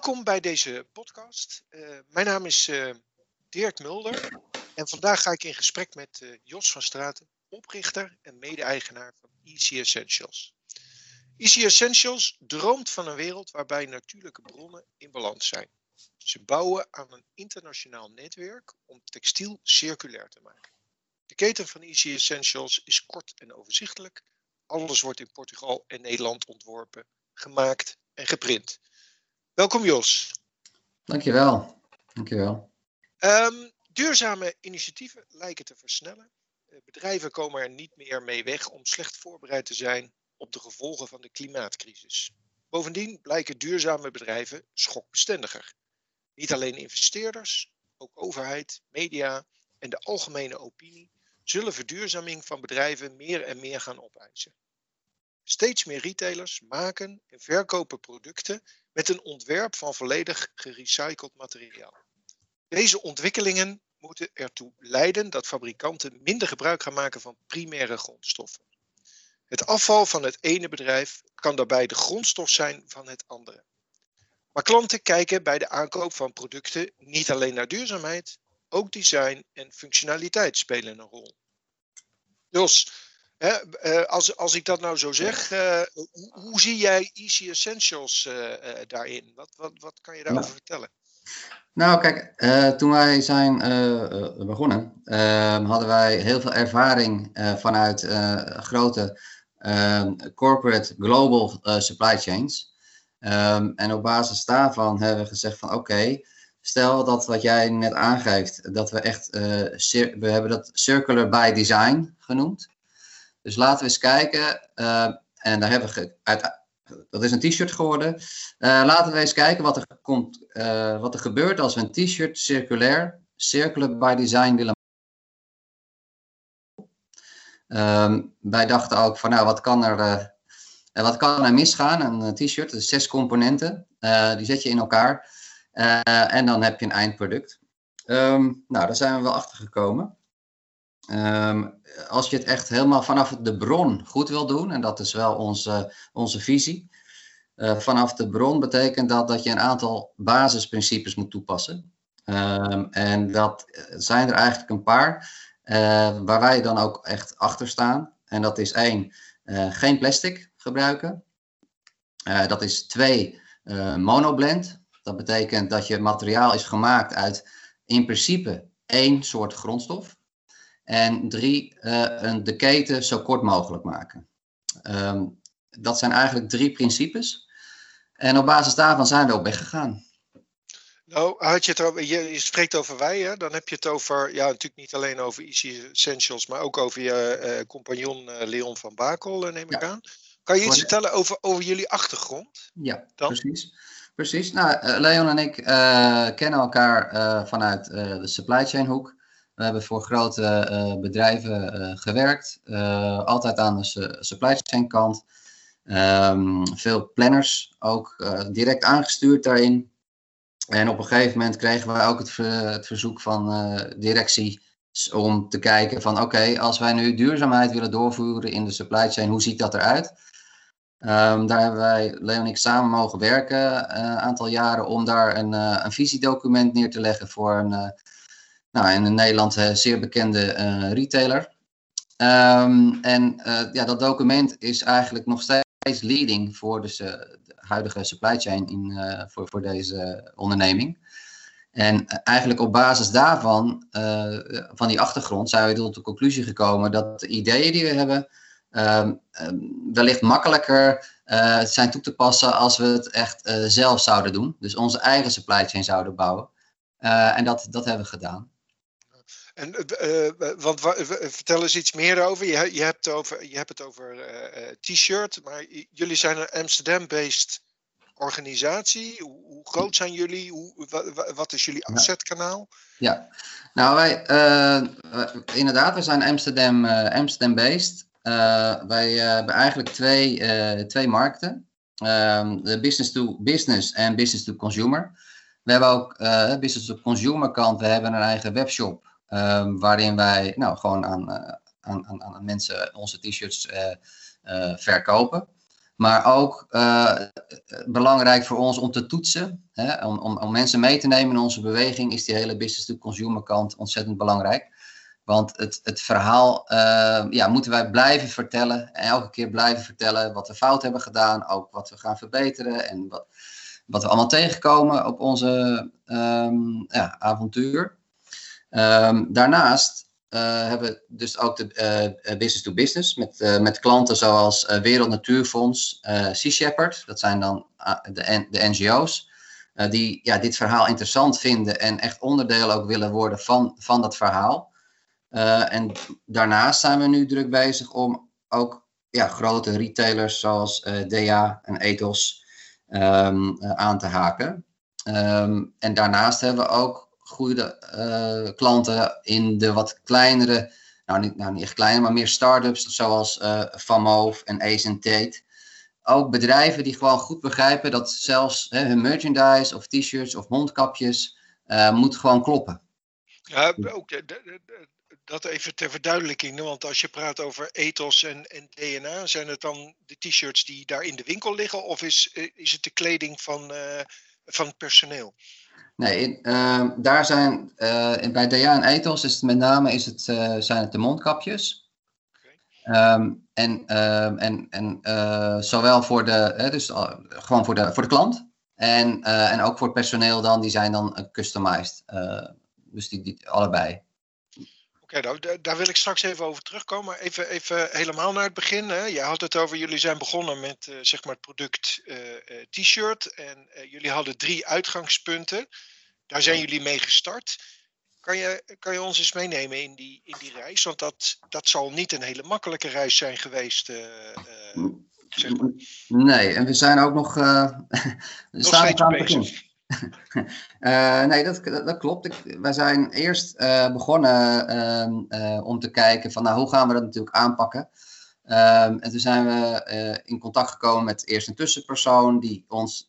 Welkom bij deze podcast. Mijn naam is Dirk Mulder en vandaag ga ik in gesprek met Jos van Straten, oprichter en mede-eigenaar van Easy Essentials. Easy Essentials droomt van een wereld waarbij natuurlijke bronnen in balans zijn. Ze bouwen aan een internationaal netwerk om textiel circulair te maken. De keten van Easy Essentials is kort en overzichtelijk. Alles wordt in Portugal en Nederland ontworpen, gemaakt en geprint. Welkom Jos. Dankjewel. Duurzame initiatieven lijken te versnellen. Bedrijven komen er niet meer mee weg om slecht voorbereid te zijn op de gevolgen van de klimaatcrisis. Bovendien blijken duurzame bedrijven schokbestendiger. Niet alleen investeerders, ook overheid, media en de algemene opinie zullen verduurzaming van bedrijven meer en meer gaan opeisen. Steeds meer retailers maken en verkopen producten met een ontwerp van volledig gerecycled materiaal. Deze ontwikkelingen moeten ertoe leiden dat fabrikanten minder gebruik gaan maken van primaire grondstoffen. Het afval van het ene bedrijf kan daarbij de grondstof zijn van het andere. Maar klanten kijken bij de aankoop van producten niet alleen naar duurzaamheid, ook design en functionaliteit spelen een rol. Jos, als ik dat nou zo zeg, hoe zie jij Easy Essentials daarin? Wat kan je daarover vertellen? Nou kijk, toen wij zijn begonnen, hadden wij heel veel ervaring vanuit grote corporate global supply chains. En op basis daarvan hebben we gezegd van oké, stel dat wat jij net aangeeft, dat we echt, we hebben dat circular by design genoemd. Dus laten we eens kijken, en daar hebben we dat is een t-shirt geworden. Laten we eens kijken wat er gebeurt als we een t-shirt circular by design willen maken. Wij dachten ook van nou, wat kan er misgaan? Een t-shirt, dus 6 componenten, die zet je in elkaar en dan heb je een eindproduct. Nou, daar zijn we wel achter gekomen. Als je het echt helemaal vanaf de bron goed wil doen, en dat is wel onze visie. Vanaf de bron betekent dat je een aantal basisprincipes moet toepassen. En dat zijn er eigenlijk een paar waar wij dan ook echt achter staan. En dat is 1, geen plastic gebruiken. Dat is 2, monoblend. Dat betekent dat je materiaal is gemaakt uit in principe 1 soort grondstof. En 3, de keten zo kort mogelijk maken. Dat zijn eigenlijk 3 principes. En op basis daarvan zijn we op weg gegaan. Nou, had je het over, je spreekt over wij, hè? Dan heb je het over, ja, natuurlijk niet alleen over Easy Essentials, maar ook over je compagnon Leon van Bakel, neem ik aan. Kan je iets vertellen over jullie achtergrond? Ja, dan? Precies. Nou, Leon en ik kennen elkaar vanuit de supply chain hoek. We hebben voor grote bedrijven gewerkt, altijd aan de supply chain kant. Veel planners ook direct aangestuurd daarin. En op een gegeven moment kregen wij ook het verzoek van directie om te kijken van oké, als wij nu duurzaamheid willen doorvoeren in de supply chain, hoe ziet dat eruit? Daar hebben wij, Leon en ik, samen mogen werken een aantal jaren om daar een visiedocument neer te leggen voor in Nederland zeer bekende retailer. Dat document is eigenlijk nog steeds leading voor de huidige supply chain voor deze onderneming. En eigenlijk op basis daarvan, van die achtergrond, zijn we tot de conclusie gekomen dat de ideeën die we hebben wellicht makkelijker zijn toe te passen als we het echt zelf zouden doen. Dus onze eigen supply chain zouden bouwen. En dat hebben we gedaan. Vertel eens iets meer over. Je hebt het over t-shirt, maar jullie zijn een Amsterdam-based organisatie. Hoe groot zijn jullie? Wat is jullie afzetkanaal? Ja, nou we zijn Amsterdam-based. Wij hebben eigenlijk twee markten. De business to business en business to consumer. We hebben ook business to consumer kant. We hebben een eigen webshop. Waarin wij gewoon aan mensen onze t-shirts verkopen. Maar ook belangrijk voor ons om te toetsen. Hè? Om mensen mee te nemen in onze beweging is die hele business-to-consumer kant ontzettend belangrijk. Want het verhaal moeten wij blijven vertellen. En elke keer blijven vertellen wat we fout hebben gedaan. Ook wat we gaan verbeteren. En wat we allemaal tegenkomen op onze avontuur. Daarnaast hebben we dus ook de business-to-business met klanten zoals Wereld Natuurfonds, Sea Shepherd. Dat zijn dan de NGO's die dit verhaal interessant vinden en echt onderdeel ook willen worden van dat verhaal. En daarnaast zijn we nu druk bezig om ook grote retailers zoals DA en Ethos aan te haken. En daarnaast hebben we ook goede klanten in de wat kleinere, niet echt kleiner, maar meer start-ups zoals Van Moof en Ace & Tate. Ook bedrijven die gewoon goed begrijpen dat zelfs hun merchandise of t-shirts of mondkapjes moet gewoon kloppen. Ja, ook dat even ter verduidelijking, want als je praat over ethos en DNA, zijn het dan de t-shirts die daar in de winkel liggen of is het de kleding van het personeel? Nee, daar zijn bij DA en Ethos is het met name zijn het de mondkapjes. Okay. Zowel voor gewoon voor de klant en ook voor het personeel dan, die zijn dan customized. Dus die allebei. Oké, nou, daar wil ik straks even over terugkomen. Maar even helemaal naar het begin. Hè. Je had het over, jullie zijn begonnen met het product t-shirt. En jullie hadden 3 uitgangspunten. Daar zijn jullie mee gestart. Kan je ons eens meenemen in die reis? Want dat zal niet een hele makkelijke reis zijn geweest. Zeg maar. Nee, en we zijn ook nog steeds aan het begin. Nee, dat klopt. Wij zijn eerst begonnen om te kijken van hoe gaan we dat natuurlijk aanpakken. En toen zijn we in contact gekomen met eerst een tussenpersoon die ons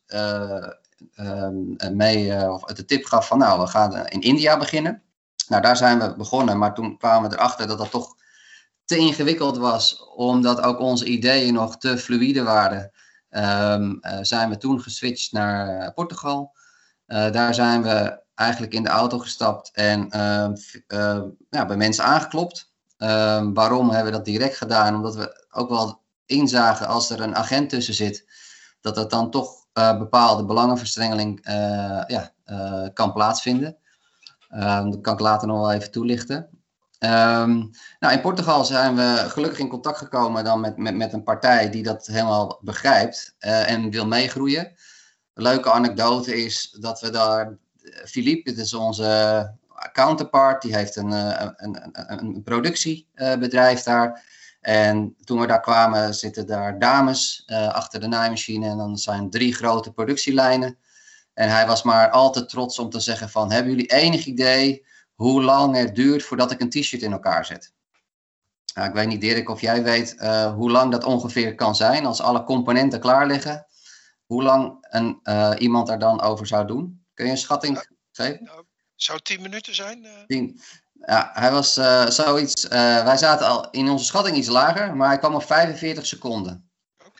de tip gaf van we gaan in India beginnen. Nou, daar zijn we begonnen, maar toen kwamen we erachter dat dat toch te ingewikkeld was, omdat ook onze ideeën nog te fluïde waren. Zijn we toen geswitcht naar Portugal. Daar zijn we eigenlijk in de auto gestapt en bij mensen aangeklopt. Waarom hebben we dat direct gedaan? Omdat we ook wel inzagen als er een agent tussen zit, dat dan toch bepaalde belangenverstrengeling kan plaatsvinden. Dat kan ik later nog wel even toelichten. In Portugal zijn we gelukkig in contact gekomen dan met een partij die dat helemaal begrijpt en wil meegroeien. Een leuke anekdote is dat we daar, Philippe, dit is onze counterpart, die heeft een productiebedrijf daar. En toen we daar kwamen zitten daar dames achter de naaimachine en dan zijn 3 grote productielijnen. En hij was maar al te trots om te zeggen van, hebben jullie enig idee hoe lang het duurt voordat ik een t-shirt in elkaar zet? Ik weet niet, Dirk, of jij weet hoe lang dat ongeveer kan zijn als alle componenten klaar liggen. Hoe lang iemand daar dan over zou doen? Kun je een schatting geven? Nou, zou het 10 minuten zijn? 10. Ja, hij was zoiets. Wij zaten al in onze schatting iets lager, maar hij kwam op 45 seconden. Oké.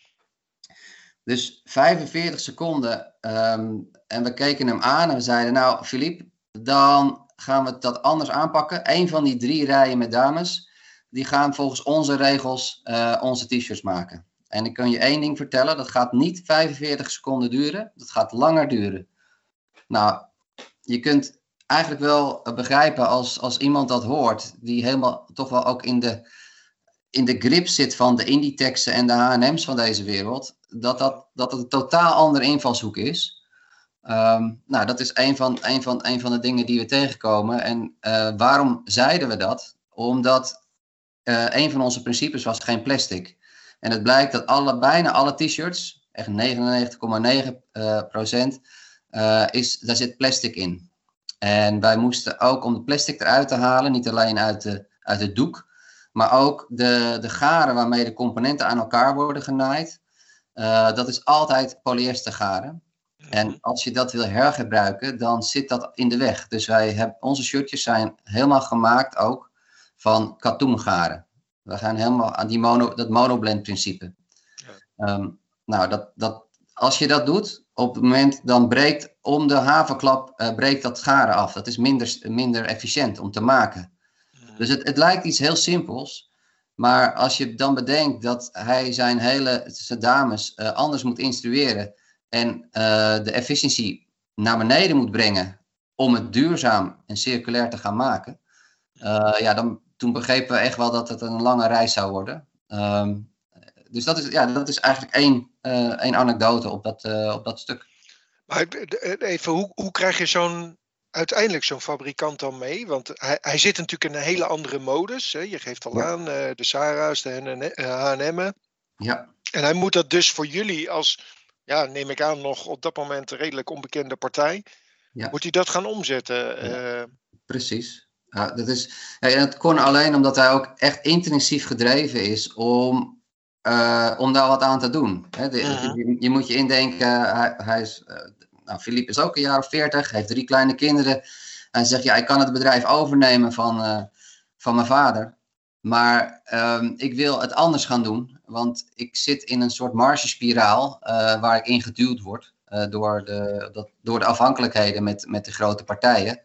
Dus 45 seconden. En we keken hem aan en we zeiden, nou, Philippe, dan gaan we dat anders aanpakken. Eén van die 3 rijen met dames, die gaan volgens onze regels onze t-shirts maken. En ik kan je 1 ding vertellen, dat gaat niet 45 seconden duren, dat gaat langer duren. Nou, je kunt eigenlijk wel begrijpen als iemand dat hoort, die helemaal toch wel ook in de grip zit van de Inditexen en de H&M's van deze wereld, dat het een totaal andere invalshoek is. Dat is een van de dingen die we tegenkomen. En waarom zeiden we dat? Omdat een van onze principes was geen plastic. En het blijkt dat bijna alle t-shirts, echt 99,9%, daar zit plastic in. En wij moesten ook, om het plastic eruit te halen, niet alleen uit het doek, maar ook de garen waarmee de componenten aan elkaar worden genaaid. Dat is altijd polyestergaren. En als je dat wil hergebruiken, dan zit dat in de weg. Dus onze shirtjes zijn helemaal gemaakt ook van katoengaren. We gaan helemaal aan dat monoblend principe. Nou, als je dat doet, op het moment dan breekt om de haverklap breekt dat garen af. Dat is minder efficiënt om te maken. Dus het lijkt iets heel simpels. Maar als je dan bedenkt dat hij zijn dames anders moet instrueren en de efficiëntie naar beneden moet brengen om het duurzaam en circulair te gaan maken, toen begrepen we echt wel dat het een lange reis zou worden. Dus dat is eigenlijk één anekdote op dat stuk. Maar even, hoe krijg je uiteindelijk zo'n fabrikant dan mee? Want hij zit natuurlijk in een hele andere modus. Hè? Je geeft al aan, de Zara's, de H&M'en. Ja. En hij moet dat dus voor jullie als, neem ik aan, nog op dat moment een redelijk onbekende partij. Ja. Moet hij dat gaan omzetten? Precies. Ja, dat kon alleen omdat hij ook echt intensief gedreven is om daar wat aan te doen. Hè? Je moet je indenken, hij is... Philippe is ook een jaar of 40, heeft 3 kleine kinderen. En zegt, ik kan het bedrijf overnemen van mijn vader. Maar ik wil het anders gaan doen. Want ik zit in een soort margespiraal waar ik in geduwd word. Door de afhankelijkheden met de grote partijen.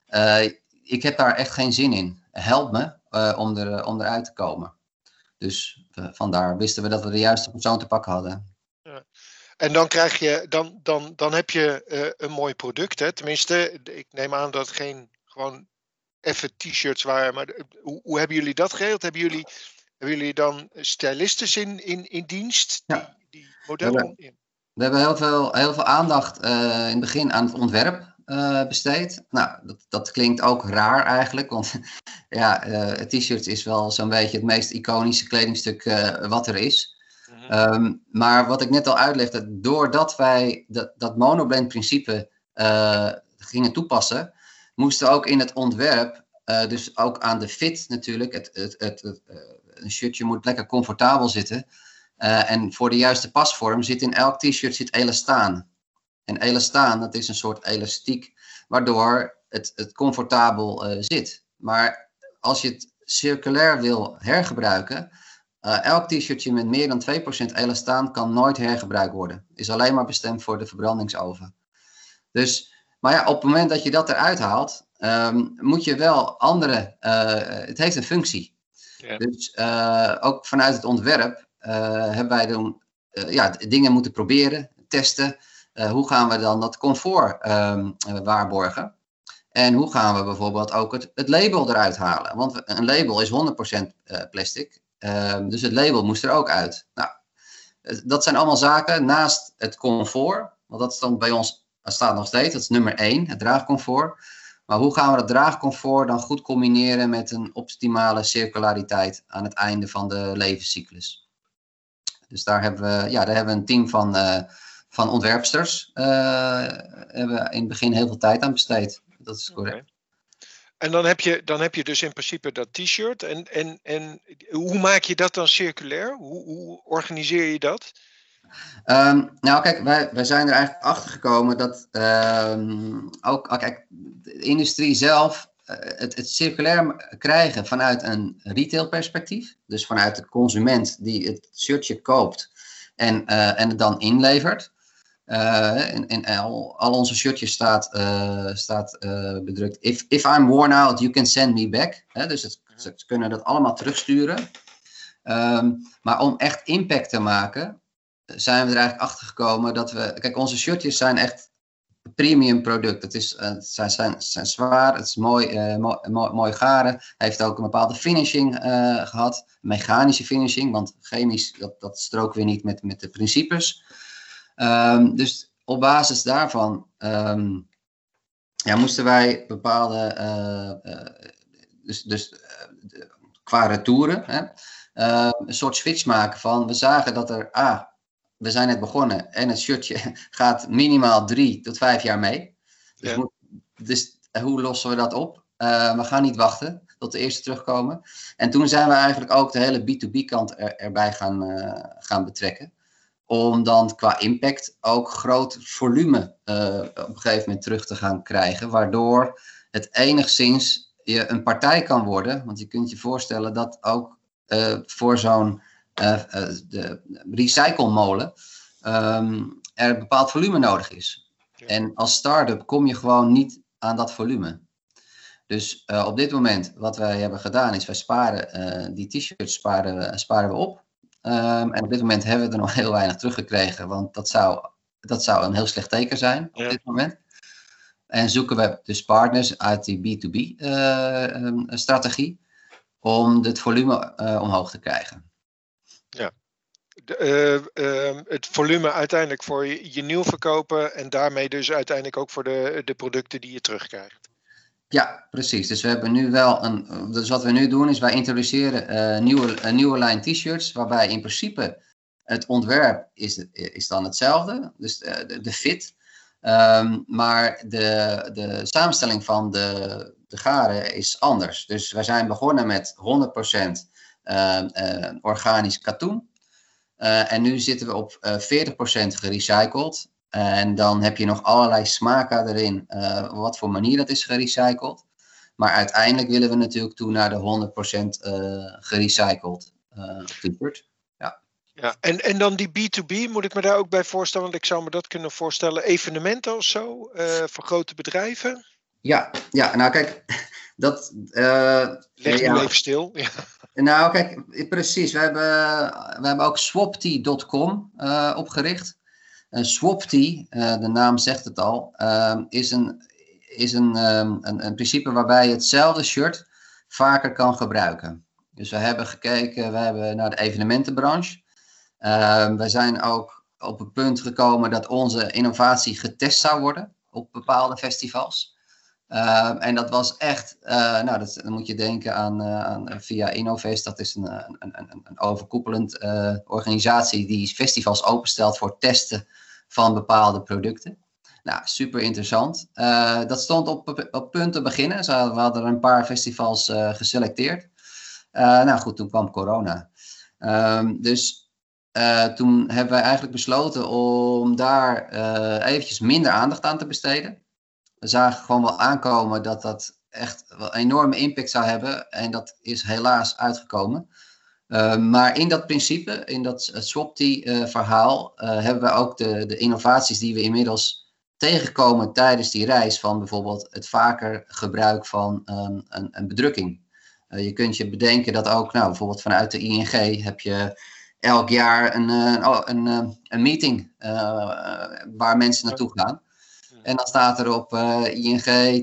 Ik heb daar echt geen zin in. Help me om eruit te komen. Dus vandaar wisten we dat we de juiste persoon te pakken hadden. Ja. En dan krijg je, dan heb je een mooi product. Hè? Tenminste, ik neem aan dat het geen gewoon effe t-shirts waren. Maar hoe hebben jullie dat geregeld? Hebben jullie dan stylistes in dienst? Ja. Die modellen? We hebben heel veel aandacht in het begin aan het ontwerp besteed. Nou, dat klinkt ook raar eigenlijk. Want het t-shirt is wel zo'n beetje het meest iconische kledingstuk wat er is. Maar wat ik net al uitlegde, doordat wij dat monoblend principe gingen toepassen, moesten we ook in het ontwerp, dus ook aan de fit natuurlijk, een shirtje moet lekker comfortabel zitten. En voor de juiste pasvorm zit in elk t-shirt elastaan. En elastaan, dat is een soort elastiek, waardoor het comfortabel zit. Maar als je het circulair wil hergebruiken, elk t-shirtje met meer dan 2% elastaan kan nooit hergebruikt worden. Is alleen maar bestemd voor de verbrandingsoven. Dus, maar op het moment dat je dat eruit haalt, moet je wel het heeft een functie. Ja. Dus ook vanuit het ontwerp hebben wij dan dingen moeten proberen, testen. Hoe gaan we dan dat comfort waarborgen? En hoe gaan we bijvoorbeeld ook het label eruit halen? Want een label is 100% plastic. Dus het label moest er ook uit. Nou, dat zijn allemaal zaken naast het comfort. Want dat stond bij ons, staat nog steeds, dat is nummer 1, het draagcomfort. Maar hoe gaan we dat draagcomfort dan goed combineren met een optimale circulariteit aan het einde van de levenscyclus? Dus daar hebben we een team van ontwerpsters. Hebben we in het begin heel veel tijd aan besteed. Dat is correct. Okay. En dan heb je dus in principe dat t-shirt. En hoe maak je dat dan circulair? Hoe organiseer je dat? Nou kijk, wij zijn er eigenlijk achter gekomen dat de industrie zelf het circulair krijgen vanuit een retailperspectief. Dus vanuit de consument die het shirtje koopt en het dan inlevert. In al onze shirtjes staat bedrukt. If I'm worn out, you can send me back. Dus ze kunnen dat allemaal terugsturen. Maar om echt impact te maken, zijn we er eigenlijk achter gekomen dat kijk, onze shirtjes zijn echt een premium product. Het zijn zwaar, het is mooi garen. Hij heeft ook een bepaalde finishing gehad. Mechanische finishing, want chemisch, dat strookt weer niet met de principes. Dus op basis daarvan moesten wij bepaalde, qua retouren, een soort switch maken van, we zagen dat we zijn net begonnen en het shirtje gaat minimaal 3 tot 5 jaar mee. Dus hoe lossen we dat op? We gaan niet wachten tot de eerste terugkomen. En toen zijn we eigenlijk ook de hele B2B kant erbij gaan betrekken. Om dan qua impact ook groot volume op een gegeven moment terug te gaan krijgen. Waardoor het enigszins een partij kan worden. Want je kunt je voorstellen dat ook voor zo'n de recyclemolen er een bepaald volume nodig is. Ja. En als start-up kom je gewoon niet aan dat volume. Dus op dit moment, wat wij hebben gedaan, is wij sparen die t-shirts sparen we op. En op dit moment hebben we er nog heel weinig teruggekregen, want dat zou een heel slecht teken zijn op dit moment. En zoeken we dus partners uit die B2B-strategie om het volume omhoog te krijgen. Ja. Het volume uiteindelijk voor je nieuw verkopen en daarmee dus uiteindelijk ook voor de producten die je terugkrijgt. Ja, precies. Dus we hebben nu wel dus wat we nu doen is wij introduceren een nieuwe lijn t-shirts, waarbij in principe het ontwerp is dan hetzelfde, dus de fit. Maar de samenstelling van de garen is anders. Dus wij zijn begonnen met 100% organisch katoen. En nu zitten we op 40% gerecycled. En dan heb je nog allerlei smaken erin, wat voor manier dat is gerecycled. Maar uiteindelijk willen we natuurlijk toe naar de 100% gerecycled t-shirt. Ja, en dan die B2B, moet ik me daar ook bij voorstellen? Want ik zou me dat kunnen voorstellen. Evenementen of zo, voor grote bedrijven? Ja, nou kijk, dat... Leg nu even stil. Ja. Nou kijk, precies. We hebben ook swaptea.com opgericht. Swaptea, de naam zegt het al, is een principe waarbij je hetzelfde shirt vaker kan gebruiken. Dus we hebben gekeken naar de evenementenbranche. We zijn ook op het punt gekomen dat onze innovatie getest zou worden op bepaalde festivals. En dat was echt, dan moet je denken aan via Innovest. Dat is een overkoepelend organisatie die festivals openstelt voor testen van bepaalde producten. Nou, super interessant. Dat stond op punt te beginnen. We hadden een paar festivals geselecteerd. Toen kwam corona. Toen hebben wij eigenlijk besloten om daar eventjes minder aandacht aan te besteden. We zagen gewoon wel aankomen dat dat echt wel een enorme impact zou hebben. En dat is helaas uitgekomen. Maar in dat principe, in dat Swaptea-verhaal, hebben we ook de innovaties die we inmiddels tegenkomen tijdens die reis. Van bijvoorbeeld het vaker gebruik van een bedrukking. Je kunt je bedenken dat ook, bijvoorbeeld vanuit de ING heb je elk jaar een meeting waar mensen naartoe gaan. En dan staat er op ING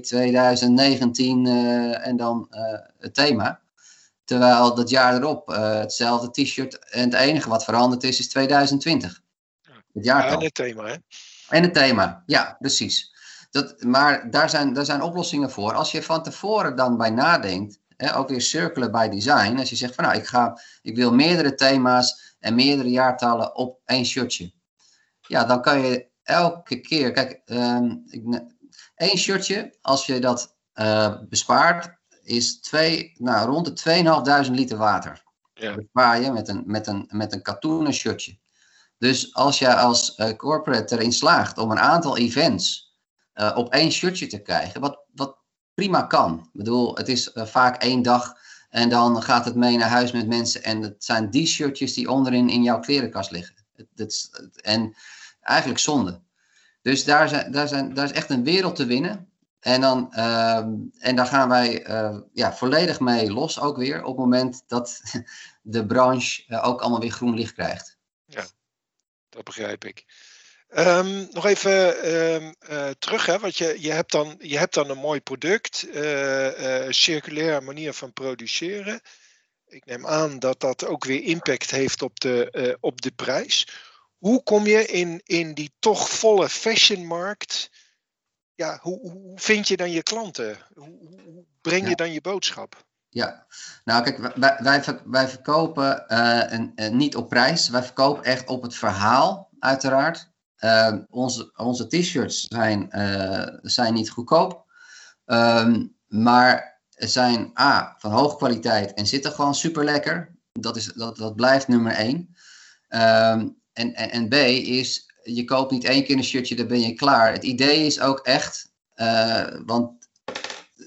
2019 en dan het thema. Terwijl dat jaar erop hetzelfde t-shirt en het enige wat veranderd is 2020. Het jaartal. En het thema, hè? En het thema, ja, precies. Maar daar zijn oplossingen voor. Als je van tevoren dan bij nadenkt, ook weer circular by design. Als je zegt van ik wil meerdere thema's en meerdere jaartallen op één shirtje. Ja, dan kan je elke keer, kijk, één shirtje, als je dat bespaart, is rond de 2.500 liter water. Ja. Bespaar je met een katoenen shirtje. Dus als je als corporate erin slaagt om een aantal events op één shirtje te krijgen, wat prima kan. Ik bedoel, het is vaak 1 dag en dan gaat het mee naar huis met mensen en het zijn die shirtjes die onderin in jouw klerenkast liggen. En eigenlijk zonde. Dus daar is echt een wereld te winnen. En daar gaan wij volledig mee los ook weer op het moment dat de branche ook allemaal weer groen licht krijgt. Ja, dat begrijp ik. Nog even terug, hè, want je hebt dan een mooi product, circulaire manier van produceren. Ik neem aan dat dat ook weer impact heeft op de prijs. Hoe kom je in die toch volle fashionmarkt? Ja, hoe vind je dan je klanten? Hoe breng je dan je boodschap? Ja, nou kijk, wij verkopen niet op prijs. Wij verkopen echt op het verhaal, uiteraard. Onze t-shirts zijn niet goedkoop. Maar zijn van hoge kwaliteit en zitten gewoon super lekker. Dat blijft nummer 1. En B is, je koopt niet 1 keer een shirtje, dan ben je klaar. Het idee is ook echt, want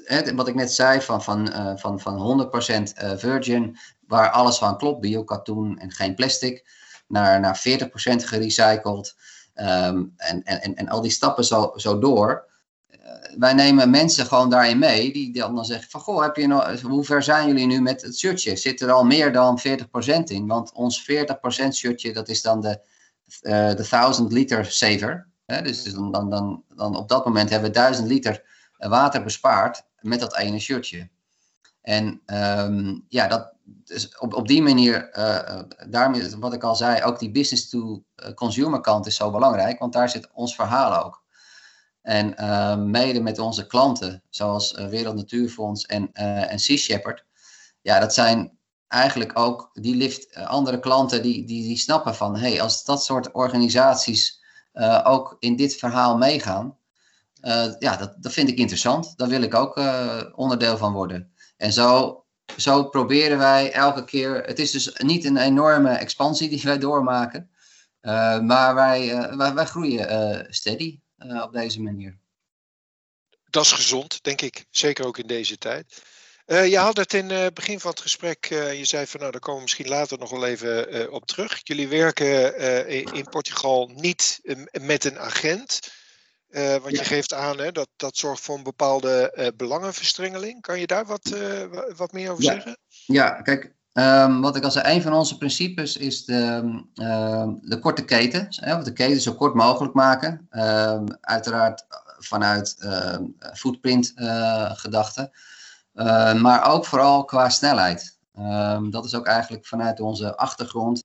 wat ik net zei, van 100% virgin, waar alles van klopt, biokatoen en geen plastic, naar 40% gerecycled. En al die stappen zo door. Wij nemen mensen gewoon daarin mee, die dan zeggen van, goh, hoe ver zijn jullie nu met het shirtje? Zit er al meer dan 40% in? Want ons 40% shirtje, dat is dan de 1000 liter saver. Dus dan op dat moment hebben we 1000 liter water bespaard met dat ene shirtje. En dus op die manier, daarmee, wat ik al zei, ook die business-to-consumer kant is zo belangrijk, want daar zit ons verhaal ook. En mede met onze klanten, zoals Wereld Natuurfonds en Sea Shepherd, ja, dat zijn eigenlijk ook, die lift andere klanten die snappen van, hey, als dat soort organisaties ook in dit verhaal meegaan, dat vind ik interessant. Daar wil ik ook onderdeel van worden. En zo proberen wij elke keer, het is dus niet een enorme expansie die wij doormaken, maar wij groeien steady op deze manier. Dat is gezond, denk ik. Zeker ook in deze tijd. Je had het in het begin van het gesprek, je zei van nou, daar komen we misschien later nog wel even op terug. Jullie werken in Portugal niet met een agent. Want je geeft aan, hè, dat zorgt voor een bepaalde belangenverstrengeling. Kan je daar wat meer over zeggen? Ja, kijk, wat ik al zei, een van onze principes is de korte keten. Of de keten zo kort mogelijk maken. Uiteraard vanuit footprint gedachten. Maar ook vooral qua snelheid. Dat is ook eigenlijk vanuit onze achtergrond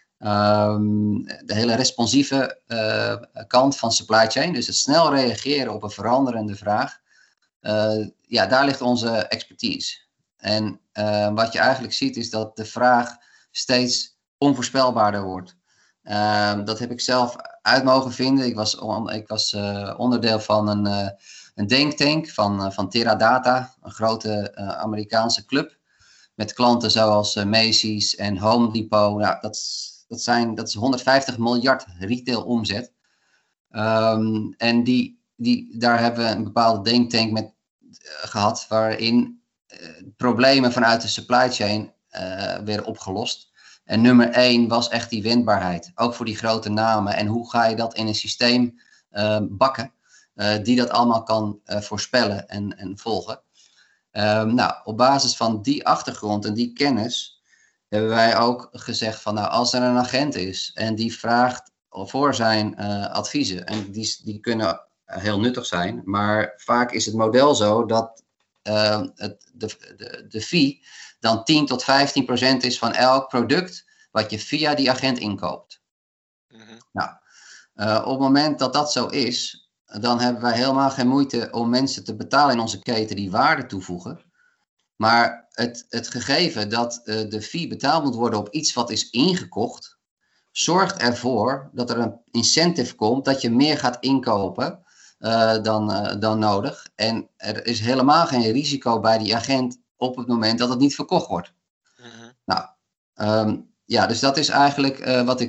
de hele responsieve kant van supply chain. Dus het snel reageren op een veranderende vraag. Daar ligt onze expertise. En wat je eigenlijk ziet is dat de vraag steeds onvoorspelbaarder wordt. Dat heb ik zelf uit mogen vinden. Ik was onderdeel van een denktank van Teradata, een grote Amerikaanse club. Met klanten zoals Macy's en Home Depot. Nou, dat is 150 miljard retail omzet. En daar hebben we een bepaalde denktank met gehad, waarin problemen vanuit de supply chain werden opgelost. En nummer 1 was echt die wendbaarheid. Ook voor die grote namen. En hoe ga je dat in een systeem bakken die dat allemaal kan voorspellen en volgen. Op basis van die achtergrond en die kennis hebben wij ook gezegd van nou, als er een agent is en die vraagt voor zijn adviezen. En die kunnen heel nuttig zijn. Maar vaak is het model zo dat de fee dan 10 tot 15% is van elk product wat je via die agent inkoopt. Mm-hmm. Nou, op het moment dat dat zo is, dan hebben wij helemaal geen moeite om mensen te betalen in onze keten die waarde toevoegen. Maar het gegeven dat de fee betaald moet worden op iets wat is ingekocht, zorgt ervoor dat er een incentive komt dat je meer gaat inkopen dan nodig. En er is helemaal geen risico bij die agent op het moment dat het niet verkocht wordt. Mm-hmm. Dus dat is eigenlijk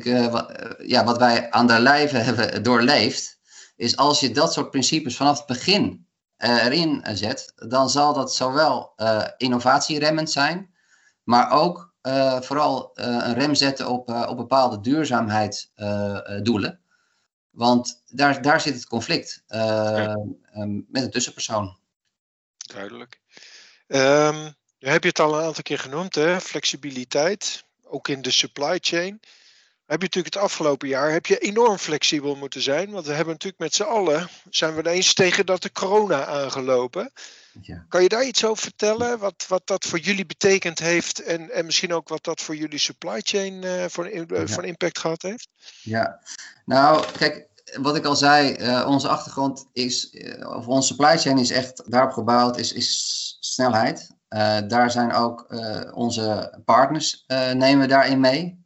wat wij aan de lijve hebben doorleefd. Is als je dat soort principes vanaf het begin erin zet, dan zal dat zowel innovatieremmend zijn, maar ook vooral een rem zetten op bepaalde duurzaamheidsdoelen. Want daar zit het conflict met een tussenpersoon. Duidelijk. Heb je het al een aantal keer genoemd, hè? Flexibiliteit, ook in de supply chain. Heb je natuurlijk het afgelopen jaar enorm flexibel moeten zijn. Want we hebben natuurlijk met z'n allen, zijn we ineens tegen de corona aangelopen. Ja. Kan je daar iets over vertellen? Wat dat voor jullie betekend heeft en misschien ook wat dat voor jullie supply chain voor impact gehad heeft? Ja, nou kijk, wat ik al zei, onze achtergrond is, of onze supply chain is echt daarop gebouwd, is snelheid. Daar zijn ook onze partners, nemen we daarin mee.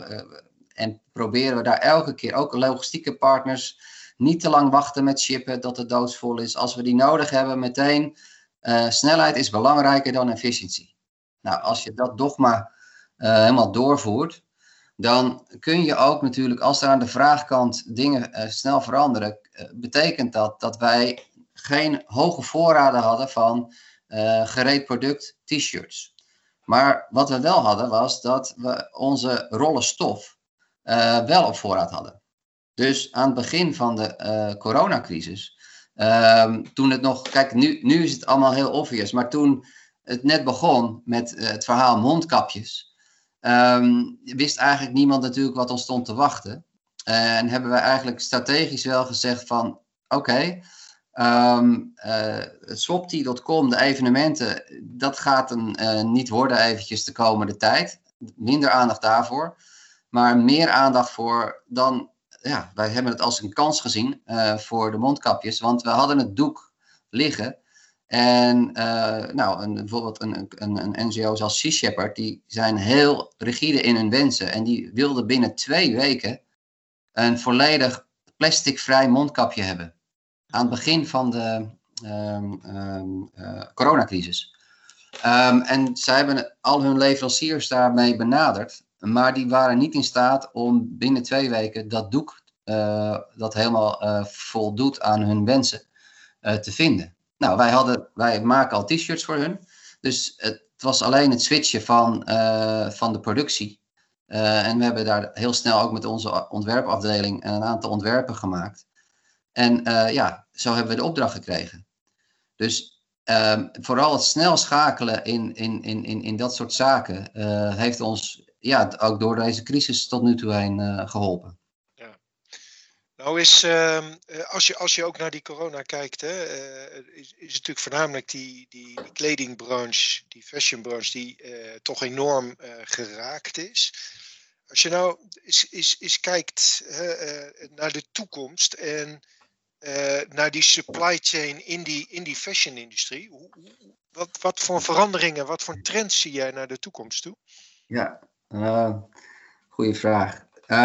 En proberen we daar elke keer, ook logistieke partners, niet te lang wachten met shippen dat het doodsvol is. Als we die nodig hebben, meteen. Snelheid is belangrijker dan efficiëntie. Nou, als je dat dogma helemaal doorvoert, dan kun je ook natuurlijk, als er aan de vraagkant dingen snel veranderen, betekent dat wij geen hoge voorraden hadden van gereed product, t-shirts. Maar wat we wel hadden was dat we onze rollen stof wel op voorraad hadden. Dus aan het begin van de coronacrisis, toen het nog, kijk, nu is het allemaal heel obvious, maar toen het net begon met het verhaal mondkapjes, wist eigenlijk niemand natuurlijk wat ons stond te wachten. En hebben we eigenlijk strategisch wel gezegd van, oké, Swapty.com, de evenementen, dat gaat hem niet worden eventjes de komende tijd. Minder aandacht daarvoor, maar meer aandacht voor dan, ja, wij hebben het als een kans gezien voor de mondkapjes, want we hadden het doek liggen. En bijvoorbeeld een NGO zoals Sea Shepherd, die zijn heel rigide in hun wensen. En die wilden binnen 2 weken een volledig plasticvrij mondkapje hebben. Aan het begin van de coronacrisis. En zij hebben al hun leveranciers daarmee benaderd. Maar die waren niet in staat om binnen 2 weken dat doek dat helemaal voldoet aan hun wensen te vinden. Nou, wij maken al t-shirts voor hun. Dus het was alleen het switchen van de productie. En we hebben daar heel snel ook met onze ontwerpafdeling een aantal ontwerpen gemaakt. En zo hebben we de opdracht gekregen. Dus vooral het snel schakelen in dat soort zaken heeft ons ook door deze crisis tot nu toe heen geholpen. Ja. Nou is, als je ook naar die corona kijkt, is het natuurlijk voornamelijk die kledingbranche, die fashionbranche, die toch enorm geraakt is. Als je nou eens kijkt naar de toekomst en naar die supply chain in die fashion-industrie, wat voor veranderingen, wat voor trends zie jij naar de toekomst toe? Ja, goeie vraag.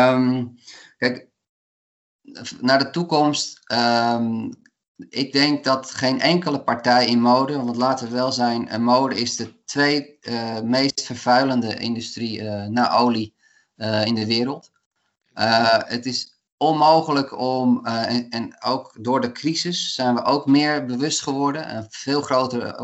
Kijk, naar de toekomst, ik denk dat geen enkele partij in mode, want laten we wel zijn, mode is de 2 meest vervuilende industrie na olie in de wereld. Het is onmogelijk om, en ook door de crisis zijn we ook meer bewust geworden. Een veel groter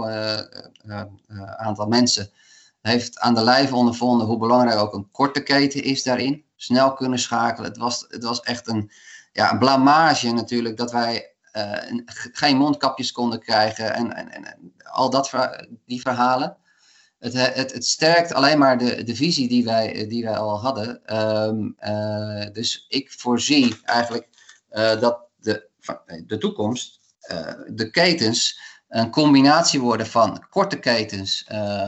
aantal mensen heeft aan de lijve ondervonden hoe belangrijk ook een korte keten is daarin. Snel kunnen schakelen. Het was echt een blamage natuurlijk dat wij geen mondkapjes konden krijgen en al die verhalen. Het sterkt alleen maar de visie die wij al hadden. Dus ik voorzie eigenlijk dat de toekomst, de ketens, een combinatie worden van korte ketens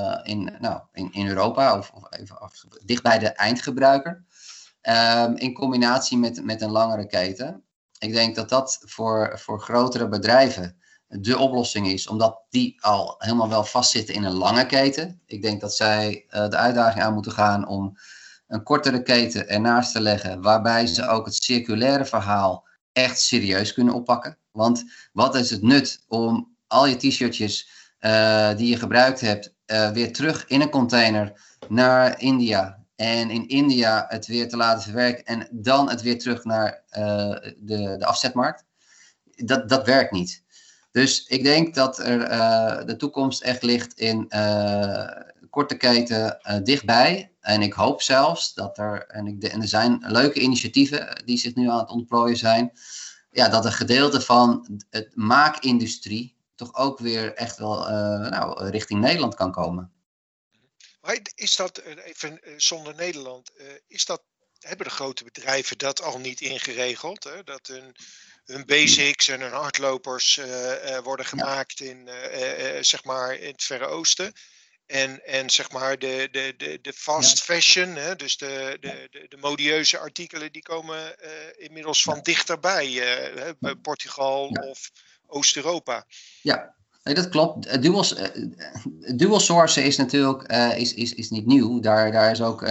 in Europa of even dicht bij de eindgebruiker. In combinatie met een langere keten. Ik denk dat dat voor grotere bedrijven de oplossing is, omdat die al helemaal wel vastzitten in een lange keten. Ik denk dat zij de uitdaging aan moeten gaan om een kortere keten ernaast te leggen, waarbij ze ook het circulaire verhaal echt serieus kunnen oppakken. Want wat is het nut om al je t-shirtjes die je gebruikt hebt weer terug in een container naar India en in India het weer te laten verwerken en dan het weer terug naar de afzetmarkt? Dat werkt niet. Dus ik denk dat de toekomst echt ligt in korte keten dichtbij. En ik hoop zelfs dat er zijn leuke initiatieven die zich nu aan het ontplooien zijn. Ja, dat een gedeelte van het maakindustrie toch ook weer echt wel richting Nederland kan komen. Maar is dat, even zonder Nederland, hebben de grote bedrijven dat al niet ingeregeld? Hè? Dat hun basics en hun hardlopers worden gemaakt in het Verre Oosten. En zeg maar de fast fashion, hè, dus de modieuze artikelen, die komen inmiddels van dichterbij. Bij Portugal of Oost-Europa. Ja. Nee, dat klopt. Dual sourcen is natuurlijk is niet nieuw. Daar is ook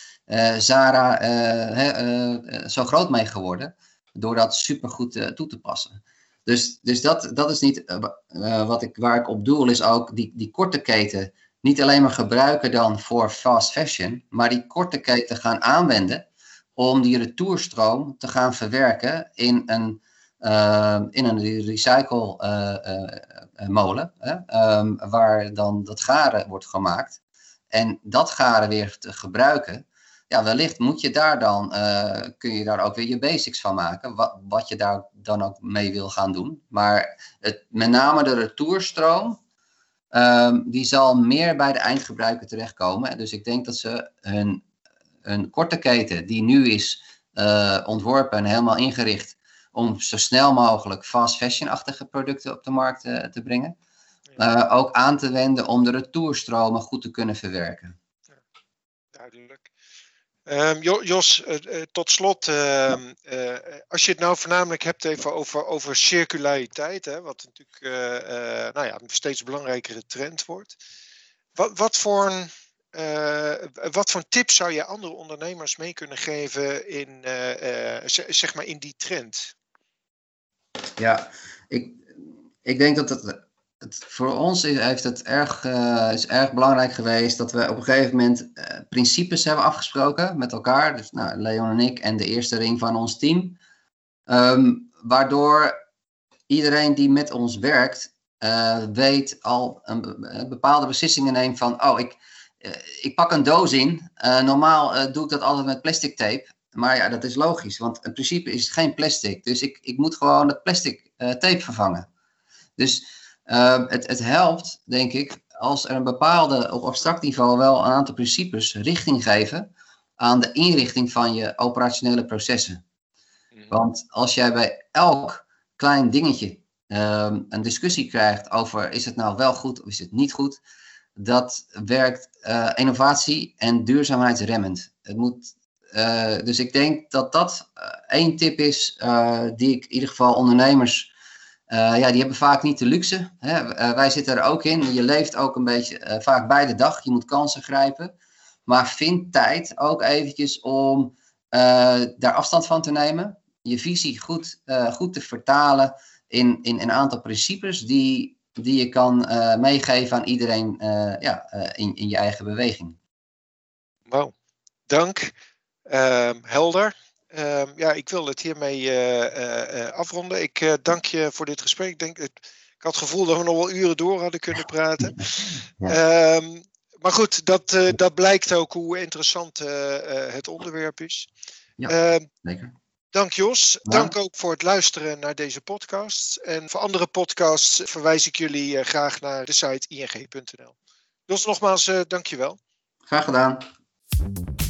Zara zo groot mee geworden. Door dat supergoed toe te passen. Dus dat is niet waar ik op doel, is ook die korte keten niet alleen maar gebruiken dan voor fast fashion, maar die korte keten gaan aanwenden om die retourstroom te gaan verwerken in een in een recycle molen, waar dan dat garen wordt gemaakt. En dat garen weer te gebruiken. Ja, wellicht moet je daar dan, kun je daar ook weer je basics van maken. Wat je daar dan ook mee wil gaan doen. Maar met name de retourstroom, die zal meer bij de eindgebruiker terechtkomen. Dus ik denk dat ze hun korte keten, die nu is ontworpen en helemaal ingericht om zo snel mogelijk fast fashion-achtige producten op de markt te brengen. Ook aan te wenden om de retourstromen goed te kunnen verwerken. Ja, duidelijk. Jos, tot slot, als je het nou voornamelijk hebt even over circulariteit, hè, wat natuurlijk een steeds belangrijkere trend wordt. Wat voor tips zou je andere ondernemers mee kunnen geven zeg maar in die trend? Ja, ik denk dat het voor ons is erg belangrijk geweest dat we op een gegeven moment principes hebben afgesproken met elkaar. Dus Leon en ik en de eerste ring van ons team. Waardoor iedereen die met ons werkt weet al een bepaalde beslissingen neemt van ik pak een doos in. Normaal doe ik dat altijd met plastic tape. Maar ja, dat is logisch, want in principe is het geen plastic. Dus ik moet gewoon het plastic tape vervangen. Dus het helpt, denk ik, als er een bepaalde, op abstract niveau wel een aantal principes richting geven aan de inrichting van je operationele processen. Want als jij bij elk klein dingetje een discussie krijgt over is het nou wel goed of is het niet goed, dat werkt innovatie en duurzaamheidsremmend. Dus ik denk dat één tip is die ik in ieder geval ondernemers, die hebben vaak niet de luxe. Hè? Wij zitten er ook in. Je leeft ook een beetje vaak bij de dag. Je moet kansen grijpen. Maar vind tijd ook eventjes om daar afstand van te nemen. Je visie goed te vertalen in een aantal principes die je kan meegeven aan iedereen in je eigen beweging. Wauw, dank. Helder. Ik wil het hiermee afronden. Ik dank je voor dit gesprek. Ik had het gevoel dat we nog wel uren door hadden kunnen praten. Ja. Maar goed, dat blijkt ook hoe interessant het onderwerp is. Ja, zeker. Dank Jos. Ja. Dank ook voor het luisteren naar deze podcast. En voor andere podcasts verwijs ik jullie graag naar de site ing.nl. Jos, nogmaals, dank je wel. Graag gedaan.